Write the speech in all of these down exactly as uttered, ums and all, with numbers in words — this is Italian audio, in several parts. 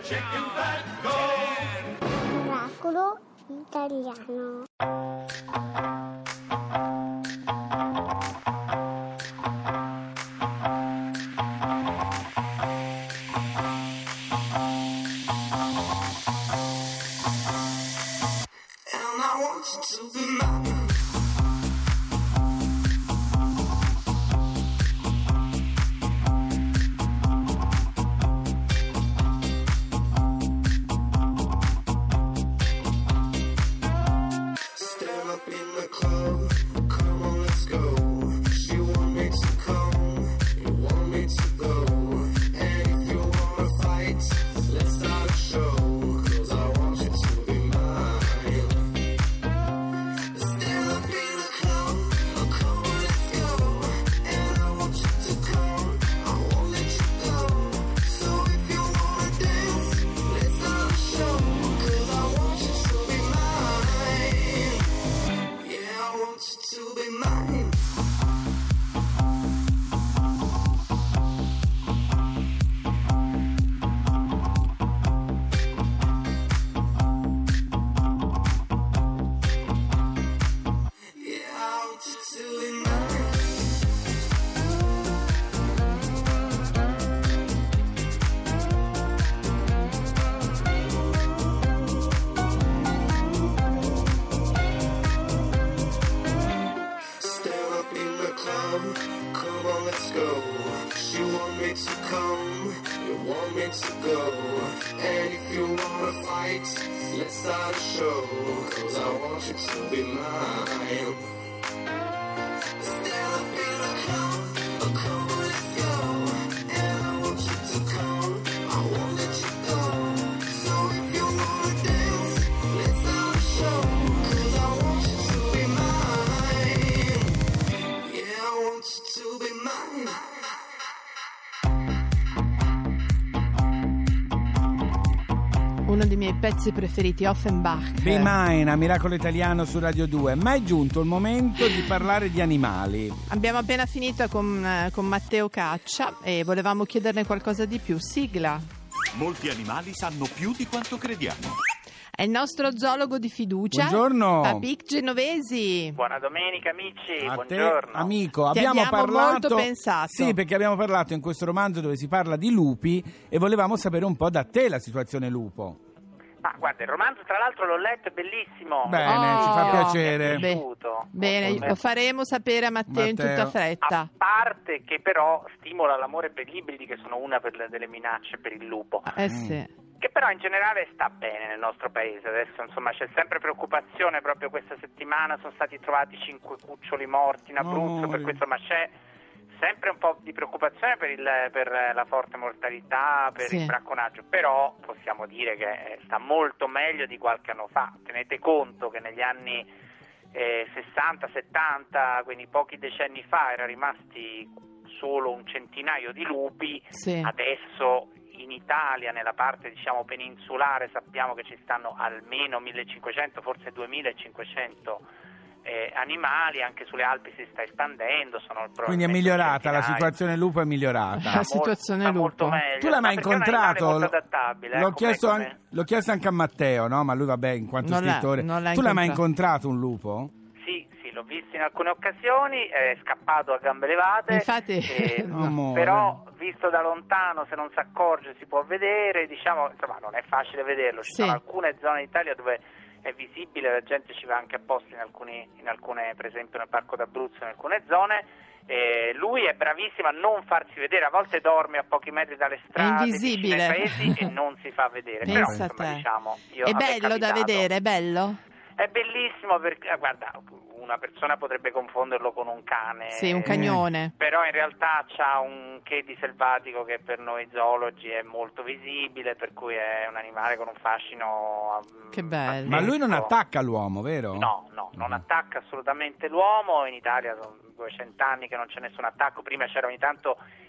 chicken fat, go! Oracolo italiano. To be mine. Stand up in the club, come on, let's go. She want me to come, you want me to go. And if you wanna fight, let's start a show. Cause I want you to be mine. Come on, let's go. She want me to come, you want me to go. And if you wanna fight, let's start a show. Cause I want you to be mine. Stand up in the club, come on, let's go. And I want you to come, I won't let you go. So if you wanna dance, let's start a show. Cause I want you to be mine. Yeah, I want you to be mine. Uno dei miei pezzi preferiti, Offenbach. Be Mine, a Miracolo Italiano su Radio due. Ma è giunto il momento di parlare di animali. Abbiamo appena finito con, eh, con Matteo Caccia e volevamo chiederne qualcosa di più. Sigla. Molti animali sanno più di quanto crediamo. È il nostro zoologo di fiducia. Buongiorno. Papic Genovesi. Buona domenica amici, A buongiorno. te, amico, Ti abbiamo abbiamo parlato molto pensato. Sì, perché abbiamo parlato in questo romanzo dove si parla di lupi e volevamo sapere un po' da te la situazione lupo. Ma guarda, il romanzo tra l'altro l'ho letto, è bellissimo. Bene, Oh, ci fa mi piacere. è piaciuto. Bene, Molto lo faremo sapere a Matteo, in Matteo. tutta fretta. A parte che però stimola l'amore per gli ibridi, che sono una per le- delle minacce per il lupo. Eh sì. Che però in generale sta bene nel nostro paese. Adesso insomma c'è sempre preoccupazione, proprio questa settimana sono stati trovati cinque cuccioli morti in Abruzzo, Oh, per cui insomma c'è sempre un po' di preoccupazione per, il, per la forte mortalità, per Sì. il bracconaggio, però possiamo dire che sta molto meglio di qualche anno fa. Tenete conto che negli anni eh, sessanta settanta, quindi pochi decenni fa, era rimasti solo un centinaio di lupi. Sì. Adesso in Italia, nella parte diciamo peninsulare, sappiamo che ci stanno almeno millecinquecento, forse duemilacinquecento eh, animali. Anche sulle Alpi si sta espandendo. Sono Quindi è migliorata, la centinaia. situazione lupo è migliorata. La situazione sta lupo. molto meglio. Tu l'hai mai Ma perché è un animale incontrato? molto adattabile, L'ho, eh, chiesto come- an- l'ho chiesto anche a Matteo, no? Ma lui vabbè, in quanto Non l'ha- scrittore. non l'ha Tu l'hai mai incontrato. incontrato un lupo? Sì, sì, l'ho visto in alcune occasioni, è scappato a gambe levate. Infatti- eh, Amore. però visto da lontano, se non si accorge si può vedere, diciamo, insomma non è facile vederlo. Ci Sì. sono alcune zone d'Italia dove è visibile, la gente ci va anche apposta in alcuni, in alcune, per esempio nel Parco d'Abruzzo, in alcune zone. Eh, lui è bravissimo a non farsi vedere, a volte dorme a pochi metri dalle strade, invisibile. vicino ai paesi, e non si fa vedere. Però Pensa a insomma te. diciamo, io, È a me bello da capitato. vedere, è bello? È bellissimo perché, eh, guarda, una persona potrebbe confonderlo con un cane. Sì, un eh, cagnone. Però in realtà c'ha un che di selvatico che per noi zoologi è molto visibile, per cui è un animale con un fascino. mm, Che bello. Ma lui non pazzesco. attacca l'uomo, vero? No, no, non attacca assolutamente l'uomo. In Italia sono duecento anni che non c'è nessun attacco. Prima c'era ogni tanto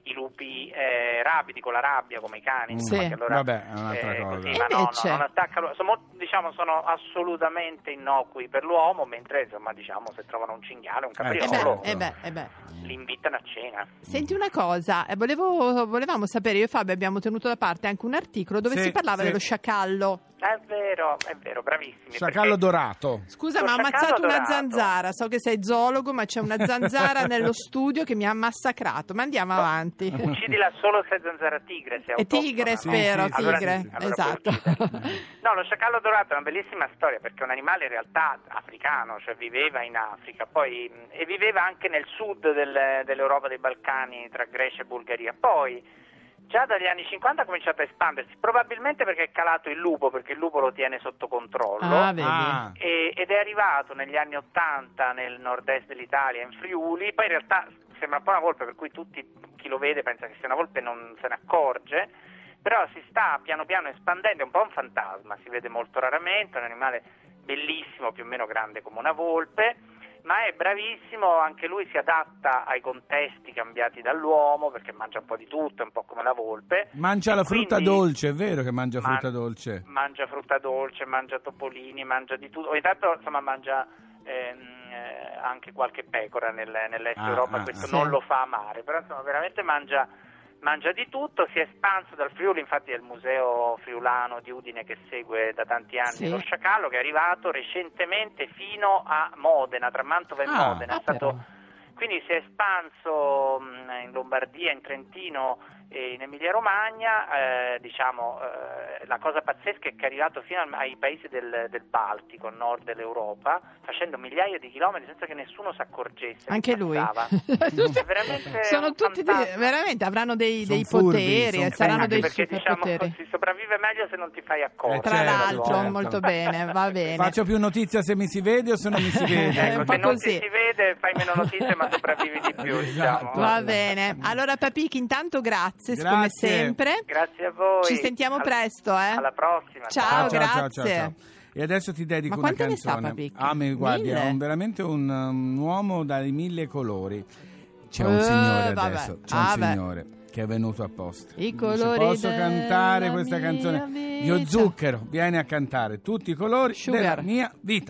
i lupi eh, rapidi con la rabbia come i cani, insomma, Sì. che allora, Vabbè, è un'altra eh, cosa. così, E ma no, invece? no, non attaccano, sono, diciamo, sono assolutamente innocui per l'uomo, mentre insomma, diciamo, se trovano un cinghiale, un E capriolo, beh, e beh, e beh. li invitano a cena. Senti una cosa, eh, volevo, volevamo sapere, io e Fabio abbiamo tenuto da parte anche un articolo dove Sì, si parlava sì. dello sciacallo. È vero, è vero, bravissimi. Sciacallo perché- dorato. Scusa, Lo ma ha sciacallo ammazzato una dorato. zanzara. So che sei zoologo, ma c'è una zanzara nello studio che mi ha massacrato. Ma andiamo avanti. Uccidila solo se è zanzara tigre. Se è E tigre, autoctona, no? spero, Sì, sì, Allora tigre. sì, allora Esatto. puoi uccidere. No, lo sciacallo dorato è una bellissima storia perché è un animale in realtà africano, cioè viveva in Africa, poi mh, e viveva anche nel sud del- dell'Europa dei Balcani, tra Grecia e Bulgaria. Poi già dagli anni cinquanta ha cominciato a espandersi, probabilmente perché è calato il lupo, perché il lupo lo tiene sotto controllo. Ah, vedi. Ah, E- ed è arrivato negli anni ottanta nel nord-est dell'Italia, in Friuli. Poi in realtà sembra un po' una volpe, per cui tutti, chi lo vede pensa che sia una volpe e non se ne accorge, però si sta piano piano espandendo, è un po' un fantasma, si vede molto raramente, è un animale bellissimo, più o meno grande come una volpe, ma è bravissimo, anche lui si adatta ai contesti cambiati dall'uomo, perché mangia un po' di tutto, è un po' come la volpe. mangia E la frutta quindi- dolce, è vero che mangia Man- frutta dolce? Mangia frutta dolce, mangia topolini, mangia di tutto. Ogni tanto insomma mangia ehm, eh, anche qualche pecora nel, nell'est Ah, Europa, ah, questo ah. non Sì. lo fa amare, però insomma veramente mangia, mangia di tutto, si è espanso dal Friuli, infatti è il museo friulano di Udine che segue da tanti anni Sì. lo sciacallo, che è arrivato recentemente fino a Modena, tra Mantova e Ah, Modena. ah, È stato... però. Quindi si è espanso mh, in Lombardia, in Trentino e in Emilia-Romagna. Eh, diciamo, eh, la cosa pazzesca è che è arrivato fino al- ai paesi del, del Baltico, nord dell'Europa, facendo migliaia di chilometri senza che nessuno si accorgesse. che Anche lui. passava. Tutti- È veramente sono un tutti dei- fantasma. veramente avranno dei, Son dei furbi, poteri, son eh, saranno furbi. dei Perché diciamo superpoteri. si sopravvive meglio se non ti fai accorgere. Tra certo, l'altro, certo. molto bene, va bene. Faccio più notizia se mi si vede o se non mi si vede? Eh, un Ecco, po' se non così. ti si vede fai meno notizie ma sopravvivi di più. Esatto. Diciamo. Va bene. Allora, Papichi, intanto grazie, come Grazie. sempre. Grazie a voi. Ci sentiamo Al- presto, eh. Alla prossima. Ciao, ciao, ciao, grazie. ciao, ciao. E adesso ti dedico Ma una quante ne sa, canzone. Papicchi? Ah, mi guardi, è Mille? un- veramente un, um, uomo dai mille colori. C'è un Eh, signore vabbè. adesso, c'è Ah, un beh. signore che è venuto apposta. I Dice, colori posso della cantare questa mia canzone? vita." Io Zucchero, vieni a cantare tutti i colori Sugar. della mia vita.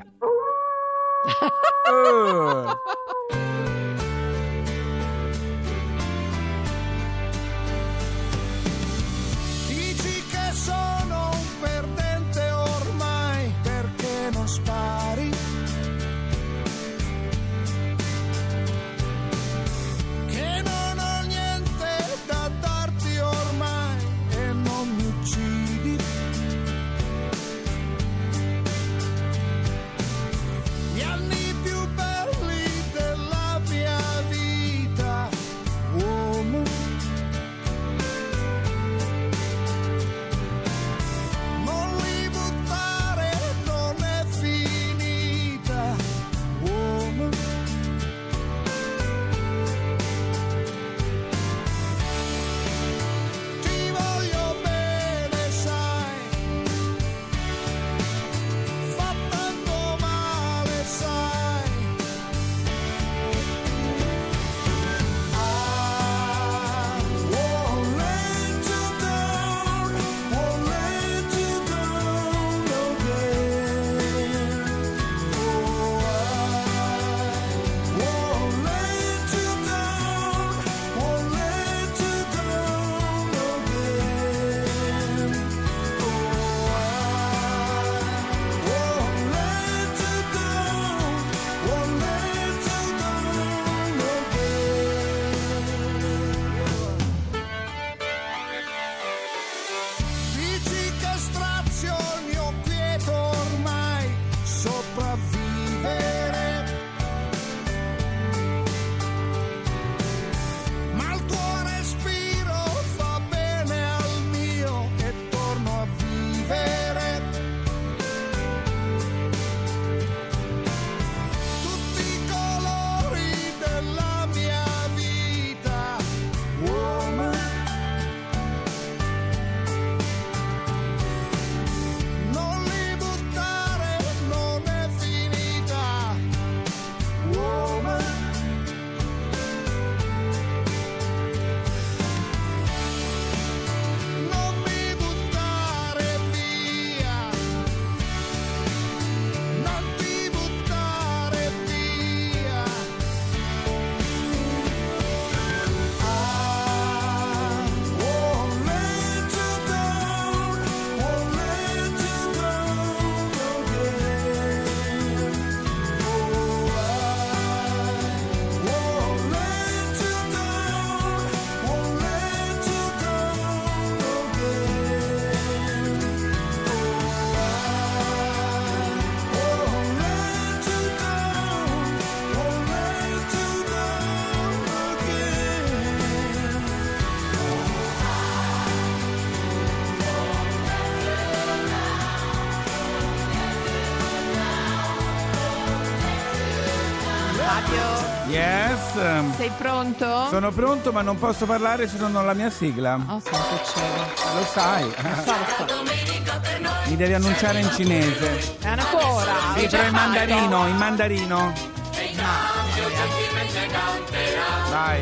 Oh. Dici che sono un perdente ormai perché non spari. Che non ho niente da darti ormai e non mi uccidi. Gli anni più belli Yes. Sei pronto? Sono pronto, ma non posso parlare se non ho la mia sigla. Oh, santo cielo. Lo sai. Lo so, lo so. Mi devi annunciare in cinese. E ancora? Sì, però in mandarino, in mandarino. Vai.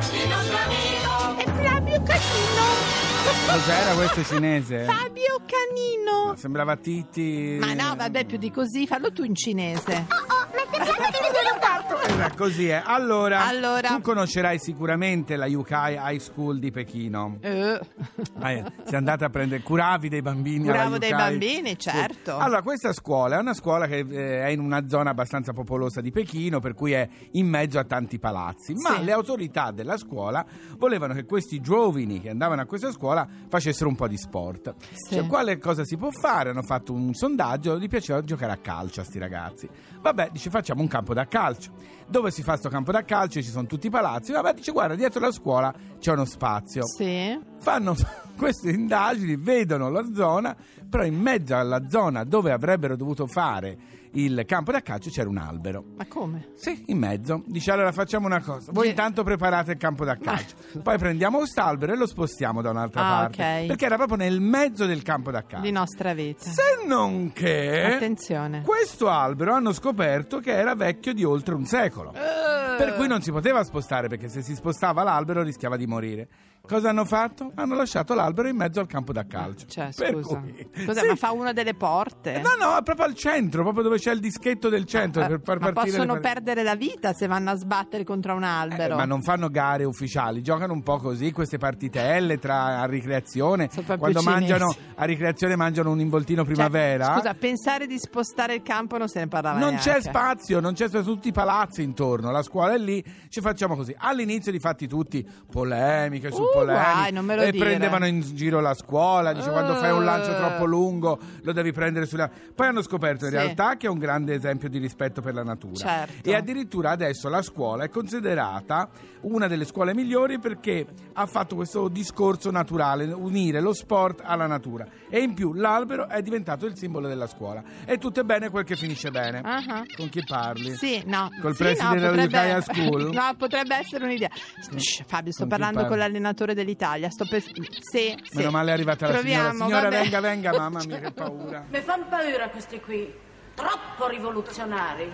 È Fabio Canino. Cos'era questo cinese? Fabio Canino. Sembrava Titti. Ma no, vabbè, più di così, fallo tu in cinese. Oh, ma stai parlando di vedere un gatto? Eh, Così è. Allora, Allora. tu conoscerai sicuramente la Yukai High School di Pechino. Eh. Ah, eh, sei andata a prendere, curavi dei bambini alla Curavo dei Yukai bambini, School. certo. Allora, questa scuola è una scuola che eh, è in una zona abbastanza popolosa di Pechino, per cui è in mezzo a tanti palazzi. Ma Sì. le autorità della scuola volevano che questi giovani che andavano a questa scuola facessero un po' di sport. Sì. Cioè, quale cosa si può fare? Hanno fatto un sondaggio, gli piaceva giocare a calcio a sti ragazzi. Vabbè, dice facciamo un campo da calcio. Dove si fa sto campo da calcio? Ci sono tutti i palazzi. Vabbè, dice guarda, dietro la scuola c'è uno spazio. Sì. Fanno queste indagini, vedono la zona, però in mezzo alla zona dove avrebbero dovuto fare il campo da calcio c'era un albero. Ma come? Sì, in mezzo. Dice allora facciamo una cosa. Voi Sì. intanto preparate il campo da calcio. Poi prendiamo quest'albero e lo spostiamo da un'altra Ah, parte. ok. Perché era proprio nel mezzo del campo da calcio. Di nostra vita. Se non che Attenzione. questo albero hanno scoperto che era vecchio di oltre un secolo. Eh. Per cui non si poteva spostare, perché se si spostava l'albero rischiava di morire. Cosa hanno fatto? Hanno lasciato l'albero in mezzo al campo da calcio. Cioè, Per scusa. cui- Cos'è, Sì. ma fa una delle porte? No, no, è proprio al centro, proprio dove c'è il dischetto del centro Eh, per far ma partire possono le par- perdere la vita se vanno a sbattere contro un albero. Eh, ma non fanno gare ufficiali, giocano un po' così, queste partitelle tra a ricreazione. Sono proprio Quando cinesi. mangiano a ricreazione mangiano un involtino Cioè, primavera. scusa, pensare di spostare il campo non se ne parlava Non neanche. c'è spazio, non c'è spazio, tutti i palazzi intorno, la scuola è lì, ci facciamo così. All'inizio di fatti tutti polemiche su Uh, polemiche guai, non me lo e dire. prendevano in giro la scuola, dice Uh. quando fai un lancio troppo lungo lo devi prendere sulla... Poi hanno scoperto in Sì. realtà che è un grande esempio di rispetto per la natura. Certo. E addirittura adesso la scuola è considerata una delle scuole migliori perché ha fatto questo discorso naturale, unire lo sport alla natura. E in più l'albero è diventato il simbolo della scuola. E tutto è bene quel che finisce bene. Ah. Con chi parli? Sì, no. Col Sì, preside no, della potrebbe- Yukai High School? No, potrebbe essere un'idea. Shh, Fabio, sto Con chi parlando parli? con l'allenatore dell'Italia. Sto per... Sì, sì. Meno male è arrivata la signora. Proviamo, Signora, vabbè. venga, venga, mamma mia, che paura. Mi fanno paura questi qui, troppo rivoluzionari.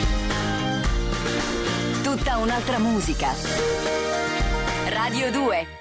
Tutta un'altra musica. Radio due.